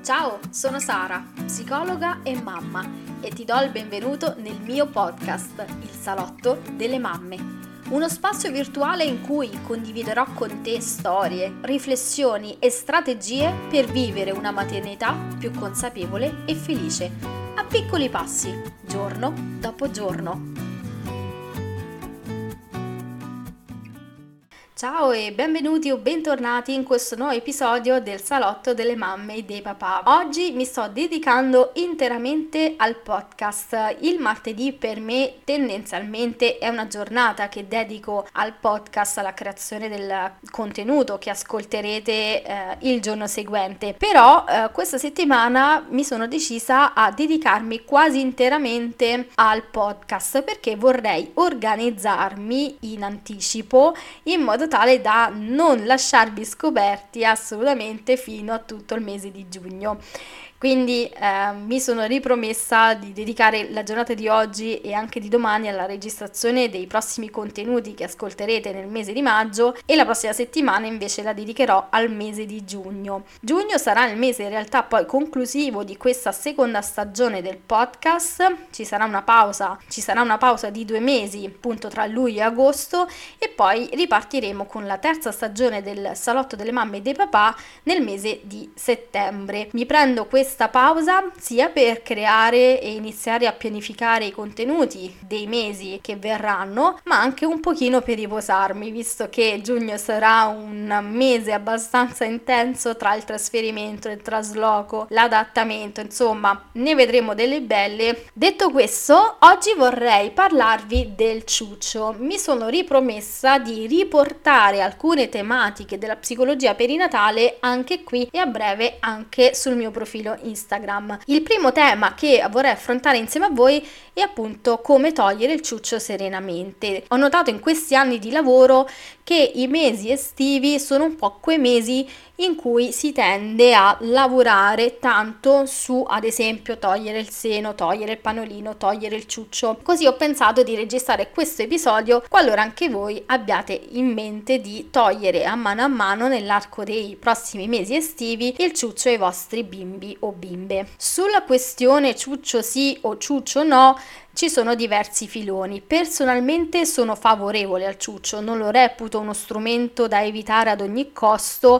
Ciao, sono Sara, psicologa e mamma e ti do il benvenuto nel mio podcast, Il Salotto delle Mamme. Uno spazio virtuale in cui condividerò con te storie, riflessioni e strategie per vivere una maternità più consapevole e felice, a piccoli passi, giorno dopo giorno. Ciao e benvenuti o bentornati in questo nuovo episodio del Salotto delle Mamme e dei Papà. Oggi mi sto dedicando interamente al podcast. Il martedì per me tendenzialmente è una giornata che dedico al podcast, alla creazione del contenuto che ascolterete il giorno seguente. Però questa settimana mi sono decisa a dedicarmi quasi interamente al podcast perché vorrei organizzarmi in anticipo in modo tale da non lasciarvi scoperti assolutamente fino a tutto il mese di giugno. Quindi mi sono ripromessa di dedicare la giornata di oggi e anche di domani alla registrazione dei prossimi contenuti che ascolterete nel mese di maggio e la prossima settimana invece la dedicherò al mese di giugno. Giugno sarà il mese in realtà poi conclusivo di questa seconda stagione del podcast, ci sarà una pausa di 2 mesi appunto tra luglio e agosto e poi ripartiremo con la terza stagione del Salotto delle Mamme e dei Papà nel mese di settembre. Mi prendo questa pausa sia per creare e iniziare a pianificare i contenuti dei mesi che verranno, ma anche un pochino per riposarmi, visto che giugno sarà un mese abbastanza intenso tra il trasferimento, il trasloco, l'adattamento, insomma, ne vedremo delle belle. Detto questo, oggi vorrei parlarvi del ciuccio. Mi sono ripromessa di riportare alcune tematiche della psicologia perinatale anche qui e a breve anche sul mio profilo Instagram. Il primo tema che vorrei affrontare insieme a voi è appunto come togliere il ciuccio serenamente. Ho notato in questi anni di lavoro che i mesi estivi sono un po' quei mesi in cui si tende a lavorare tanto su, ad esempio, togliere il seno, togliere il panolino, togliere il ciuccio. Così ho pensato di registrare questo episodio qualora anche voi abbiate in mente di togliere a mano nell'arco dei prossimi mesi estivi il ciuccio ai vostri bimbi o bimbe. Sulla questione ciuccio sì o ciuccio no ci sono diversi filoni. Personalmente sono favorevole al ciuccio, non lo reputo uno strumento da evitare ad ogni costo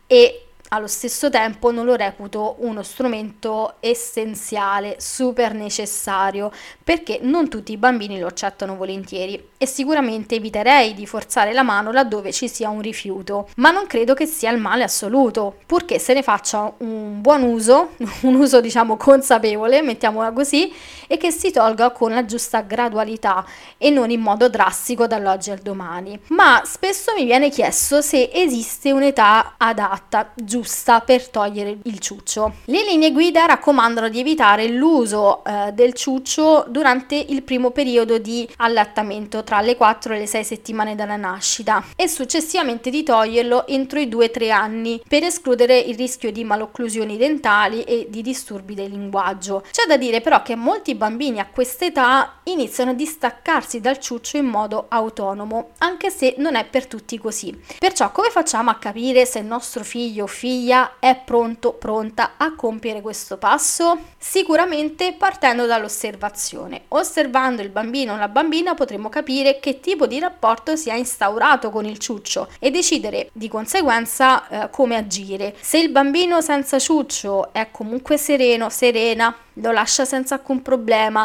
e allo stesso tempo non lo reputo uno strumento essenziale, super necessario, perché non tutti i bambini lo accettano volentieri e sicuramente eviterei di forzare la mano laddove ci sia un rifiuto, ma non credo che sia il male assoluto, purché se ne faccia un buon uso, un uso diciamo consapevole, mettiamola così, e che si tolga con la giusta gradualità e non in modo drastico dall'oggi al domani. Ma spesso mi viene chiesto se esiste un'età adatta, giusta per togliere il ciuccio. Le linee guida raccomandano di evitare l'uso del ciuccio durante il primo periodo di allattamento tra le 4 e le 6 settimane dalla nascita e successivamente di toglierlo entro i 2-3 anni per escludere il rischio di malocclusioni dentali e di disturbi del linguaggio. C'è da dire però che molti bambini a quest'età iniziano a distaccarsi dal ciuccio in modo autonomo, anche se non è per tutti così. Perciò come facciamo a capire se il nostro figlio o figlia è pronta a compiere questo passo? Sicuramente partendo dall'osservazione. Osservando il bambino o la bambina potremo capire che tipo di rapporto si è instaurato con il ciuccio e decidere di conseguenza come agire. Se il bambino senza ciuccio è comunque serena, lo lascia senza alcun problema,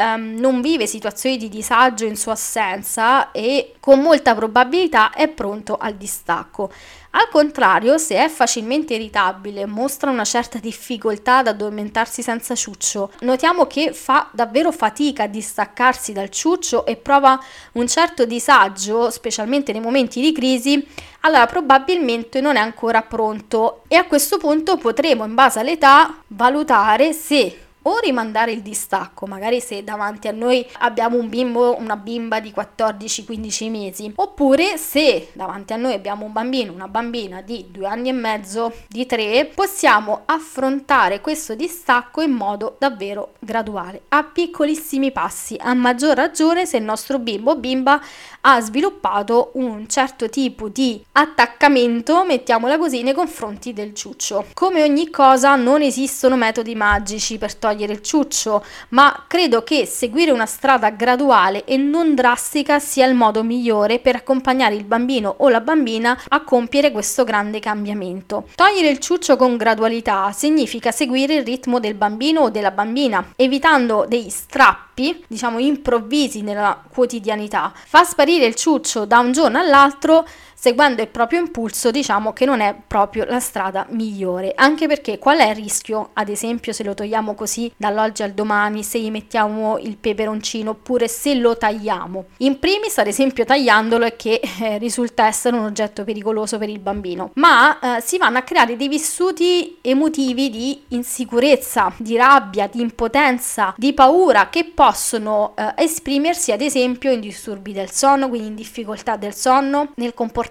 non vive situazioni di disagio in sua assenza e con molta probabilità è pronto al distacco. Al contrario, se è facilmente irritabile, mostra una certa difficoltà ad addormentarsi senza ciuccio, notiamo che fa davvero fatica a distaccarsi dal ciuccio e prova un certo disagio, specialmente nei momenti di crisi, allora probabilmente non è ancora pronto e a questo punto potremo, in base all'età, valutare se o rimandare il distacco, magari se davanti a noi abbiamo un bimbo o una bimba di 14-15 mesi, oppure se davanti a noi abbiamo un bambino, una bambina di 2 anni e mezzo, di 3, possiamo affrontare questo distacco in modo davvero graduale, a piccolissimi passi, a maggior ragione se il nostro bimbo o bimba ha sviluppato un certo tipo di attaccamento, mettiamola così, nei confronti del ciuccio. Come ogni cosa non esistono metodi magici per togliere il ciuccio, ma credo che seguire una strada graduale e non drastica sia il modo migliore per accompagnare il bambino o la bambina a compiere questo grande cambiamento. Togliere il ciuccio con gradualità significa seguire il ritmo del bambino o della bambina, evitando dei strappi, diciamo improvvisi nella quotidianità. Fa sparire il ciuccio da un giorno all'altro seguendo il proprio impulso, diciamo che non è proprio la strada migliore, anche perché qual è il rischio, ad esempio, se lo togliamo così dall'oggi al domani, se gli mettiamo il peperoncino oppure se lo tagliamo? In primis, ad esempio, tagliandolo è che risulta essere un oggetto pericoloso per il bambino, ma si vanno a creare dei vissuti emotivi di insicurezza, di rabbia, di impotenza, di paura che possono esprimersi ad esempio in disturbi del sonno, quindi in difficoltà del sonno, nel comportamento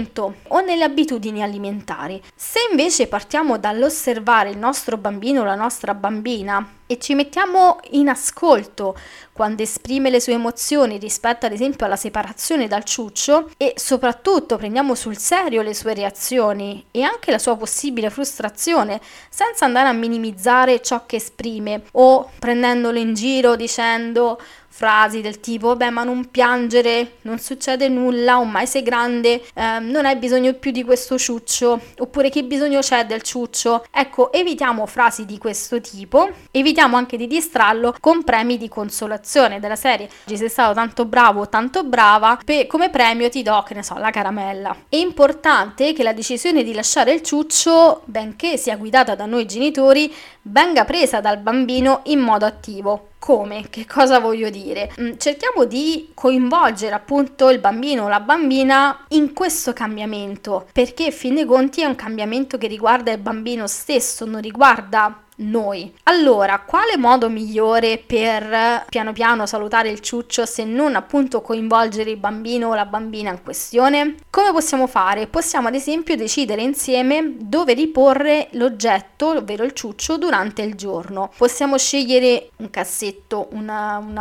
o nelle abitudini alimentari. Se invece partiamo dall'osservare il nostro bambino o la nostra bambina e ci mettiamo in ascolto quando esprime le sue emozioni rispetto ad esempio alla separazione dal ciuccio e soprattutto prendiamo sul serio le sue reazioni e anche la sua possibile frustrazione senza andare a minimizzare ciò che esprime o prendendolo in giro dicendo frasi del tipo beh ma non piangere, non succede nulla, ormai sei grande, non hai bisogno più di questo ciuccio, oppure che bisogno c'è del ciuccio. Ecco, evitiamo frasi di questo tipo, evitiamo anche di distrarlo con premi di consolazione della serie oggi sei stato tanto bravo o tanto brava, come premio ti do, che ne so, la caramella. È importante che la decisione di lasciare il ciuccio, benché sia guidata da noi genitori, venga presa dal bambino in modo attivo. Come? Che cosa voglio dire? Cerchiamo di coinvolgere appunto il bambino o la bambina in questo cambiamento, perché in fin dei conti è un cambiamento che riguarda il bambino stesso, non riguarda noi. Allora, quale modo migliore per piano piano salutare il ciuccio se non appunto coinvolgere il bambino o la bambina in questione? Come possiamo fare? Possiamo ad esempio decidere insieme dove riporre l'oggetto, ovvero il ciuccio, durante il giorno. Possiamo scegliere un cassetto, un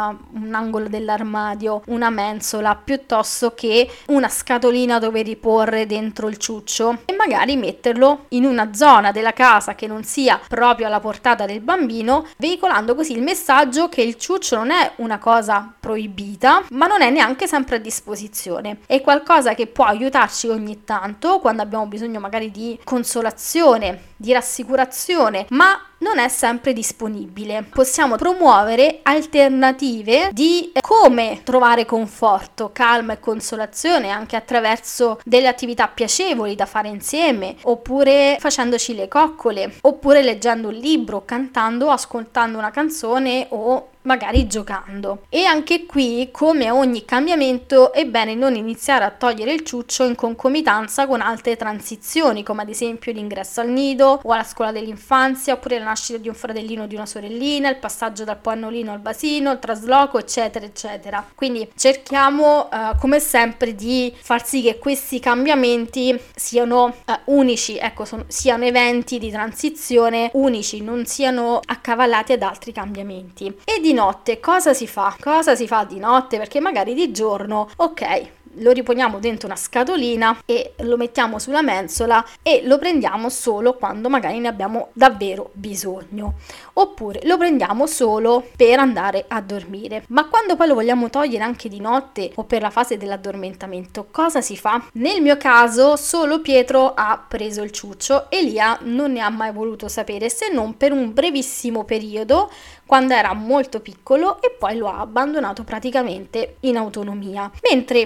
angolo dell'armadio, una mensola, piuttosto che una scatolina dove riporre dentro il ciuccio e magari metterlo in una zona della casa che non sia proprio alla portata del bambino, veicolando così il messaggio che il ciuccio non è una cosa proibita, ma non è neanche sempre a disposizione. È qualcosa che può aiutarci ogni tanto quando abbiamo bisogno magari di consolazione, di rassicurazione, ma non è sempre disponibile. Possiamo promuovere alternative di come trovare conforto, calma e consolazione anche attraverso delle attività piacevoli da fare insieme, oppure facendoci le coccole, oppure leggendo un libro, cantando o ascoltando una canzone o magari giocando. E anche qui, come ogni cambiamento, è bene non iniziare a togliere il ciuccio in concomitanza con altre transizioni, come ad esempio l'ingresso al nido o alla scuola dell'infanzia, oppure la nascita di un fratellino o di una sorellina, il passaggio dal pannolino al basino, il trasloco, eccetera eccetera. Quindi cerchiamo come sempre di far sì che questi cambiamenti siano unici, ecco, siano eventi di transizione unici, non siano accavallati ad altri cambiamenti. E di notte cosa si fa? Cosa si fa di notte? Perché magari di giorno, ok, lo riponiamo dentro una scatolina e lo mettiamo sulla mensola e lo prendiamo solo quando magari ne abbiamo davvero bisogno, oppure lo prendiamo solo per andare a dormire. Ma quando poi lo vogliamo togliere anche di notte o per la fase dell'addormentamento, cosa si fa? Nel mio caso solo Pietro ha preso il ciuccio, Elia non ne ha mai voluto sapere, se non per un brevissimo periodo quando era molto piccolo, e poi lo ha abbandonato praticamente in autonomia. Mentre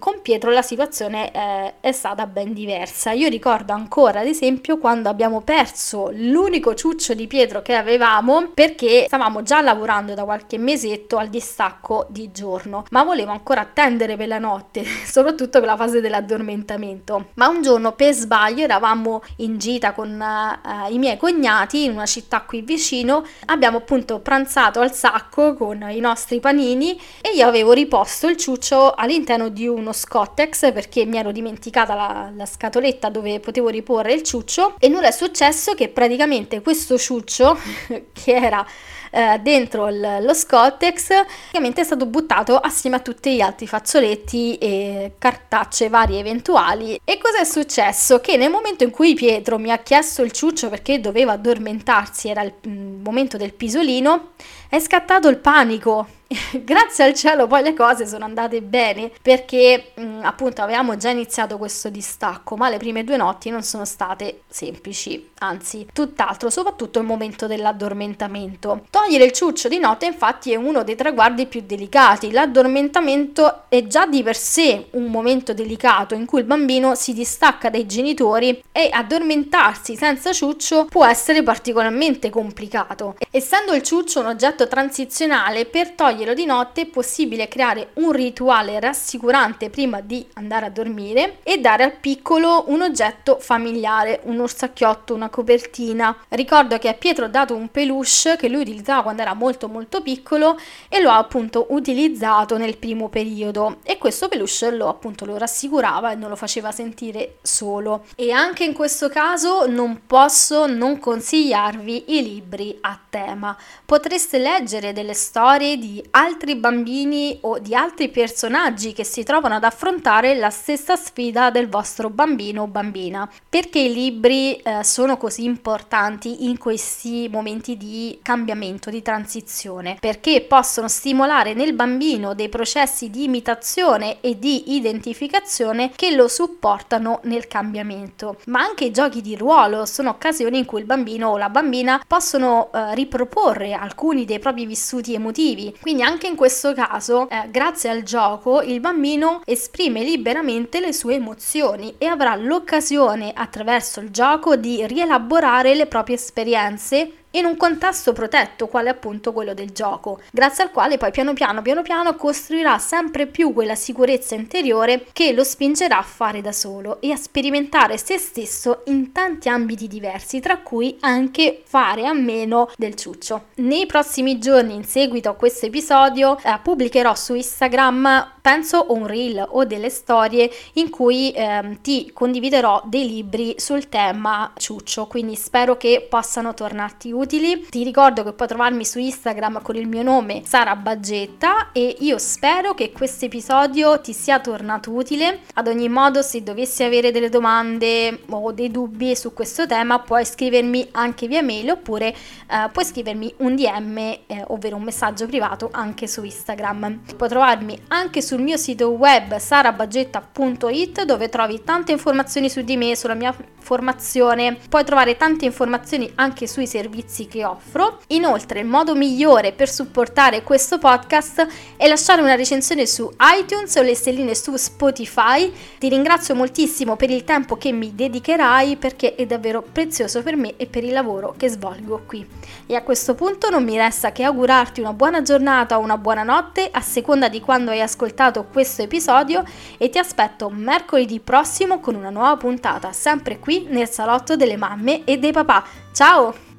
con Pietro la situazione è stata ben diversa. Io ricordo ancora, ad esempio, quando abbiamo perso l'unico ciuccio di Pietro che avevamo, perché stavamo già lavorando da qualche mesetto al distacco di giorno, ma volevo ancora attendere per la notte, soprattutto per la fase dell'addormentamento. Ma un giorno per sbaglio eravamo in gita con i miei cognati in una città qui vicino, abbiamo appunto pranzato al sacco con i nostri panini e io avevo riposto il ciuccio all'interno di uno Scottex perché mi ero dimenticata la scatoletta dove potevo riporre il ciuccio, e nulla è successo che praticamente questo ciuccio che era dentro lo Scottex praticamente è stato buttato assieme a tutti gli altri fazzoletti e cartacce varie eventuali. E cosa è successo? Che nel momento in cui Pietro mi ha chiesto il ciuccio perché doveva addormentarsi, era il momento del pisolino, è scattato il panico. Grazie al cielo poi le cose sono andate bene perché appunto avevamo già iniziato questo distacco, ma le prime 2 notti non sono state semplici, anzi tutt'altro, soprattutto il momento dell'addormentamento. Togliere il ciuccio di notte infatti è uno dei traguardi più delicati. L'addormentamento è già di per sé un momento delicato in cui il bambino si distacca dai genitori e addormentarsi senza ciuccio può essere particolarmente complicato. Essendo il ciuccio un oggetto transizionale, per togliere di notte è possibile creare un rituale rassicurante prima di andare a dormire e dare al piccolo un oggetto familiare, un orsacchiotto, una copertina. Ricordo che a Pietro ho dato un peluche che lui utilizzava quando era molto piccolo e lo ha appunto utilizzato nel primo periodo, e questo peluche lo rassicurava e non lo faceva sentire solo. E anche in questo caso non posso non consigliarvi i libri a tema. Potreste leggere delle storie di altri bambini o di altri personaggi che si trovano ad affrontare la stessa sfida del vostro bambino o bambina. Perché i libri sono così importanti in questi momenti di cambiamento, di transizione? Perché possono stimolare nel bambino dei processi di imitazione e di identificazione che lo supportano nel cambiamento. Ma anche i giochi di ruolo sono occasioni in cui il bambino o la bambina possono riproporre alcuni dei propri vissuti emotivi. Quindi anche in questo caso, grazie al gioco, il bambino esprime liberamente le sue emozioni e avrà l'occasione attraverso il gioco di rielaborare le proprie esperienze in un contesto protetto, quale appunto quello del gioco, grazie al quale poi piano piano costruirà sempre più quella sicurezza interiore che lo spingerà a fare da solo e a sperimentare se stesso in tanti ambiti diversi, tra cui anche fare a meno del ciuccio. Nei prossimi giorni, in seguito a questo episodio, pubblicherò su Instagram, penso, un reel o delle storie in cui ti condividerò dei libri sul tema ciuccio, quindi spero che possano tornarti utili. Ti ricordo che puoi trovarmi su Instagram con il mio nome Sara Baggetta e io spero che questo episodio ti sia tornato utile. Ad ogni modo, se dovessi avere delle domande o dei dubbi su questo tema, puoi scrivermi anche via mail oppure puoi scrivermi un DM, ovvero un messaggio privato, anche su Instagram. Puoi trovarmi anche sul mio sito web sarabaggetta.it, dove trovi tante informazioni su di me, sulla mia formazione. Puoi trovare tante informazioni anche sui servizi che offro. Inoltre, il modo migliore per supportare questo podcast è lasciare una recensione su iTunes o le stelline su Spotify. Ti ringrazio moltissimo per il tempo che mi dedicherai, perché è davvero prezioso per me e per il lavoro che svolgo qui. E a questo punto non mi resta che augurarti una buona giornata o una buona notte a seconda di quando hai ascoltato questo episodio, e ti aspetto mercoledì prossimo con una nuova puntata, sempre qui nel salotto delle mamme e dei papà. Ciao!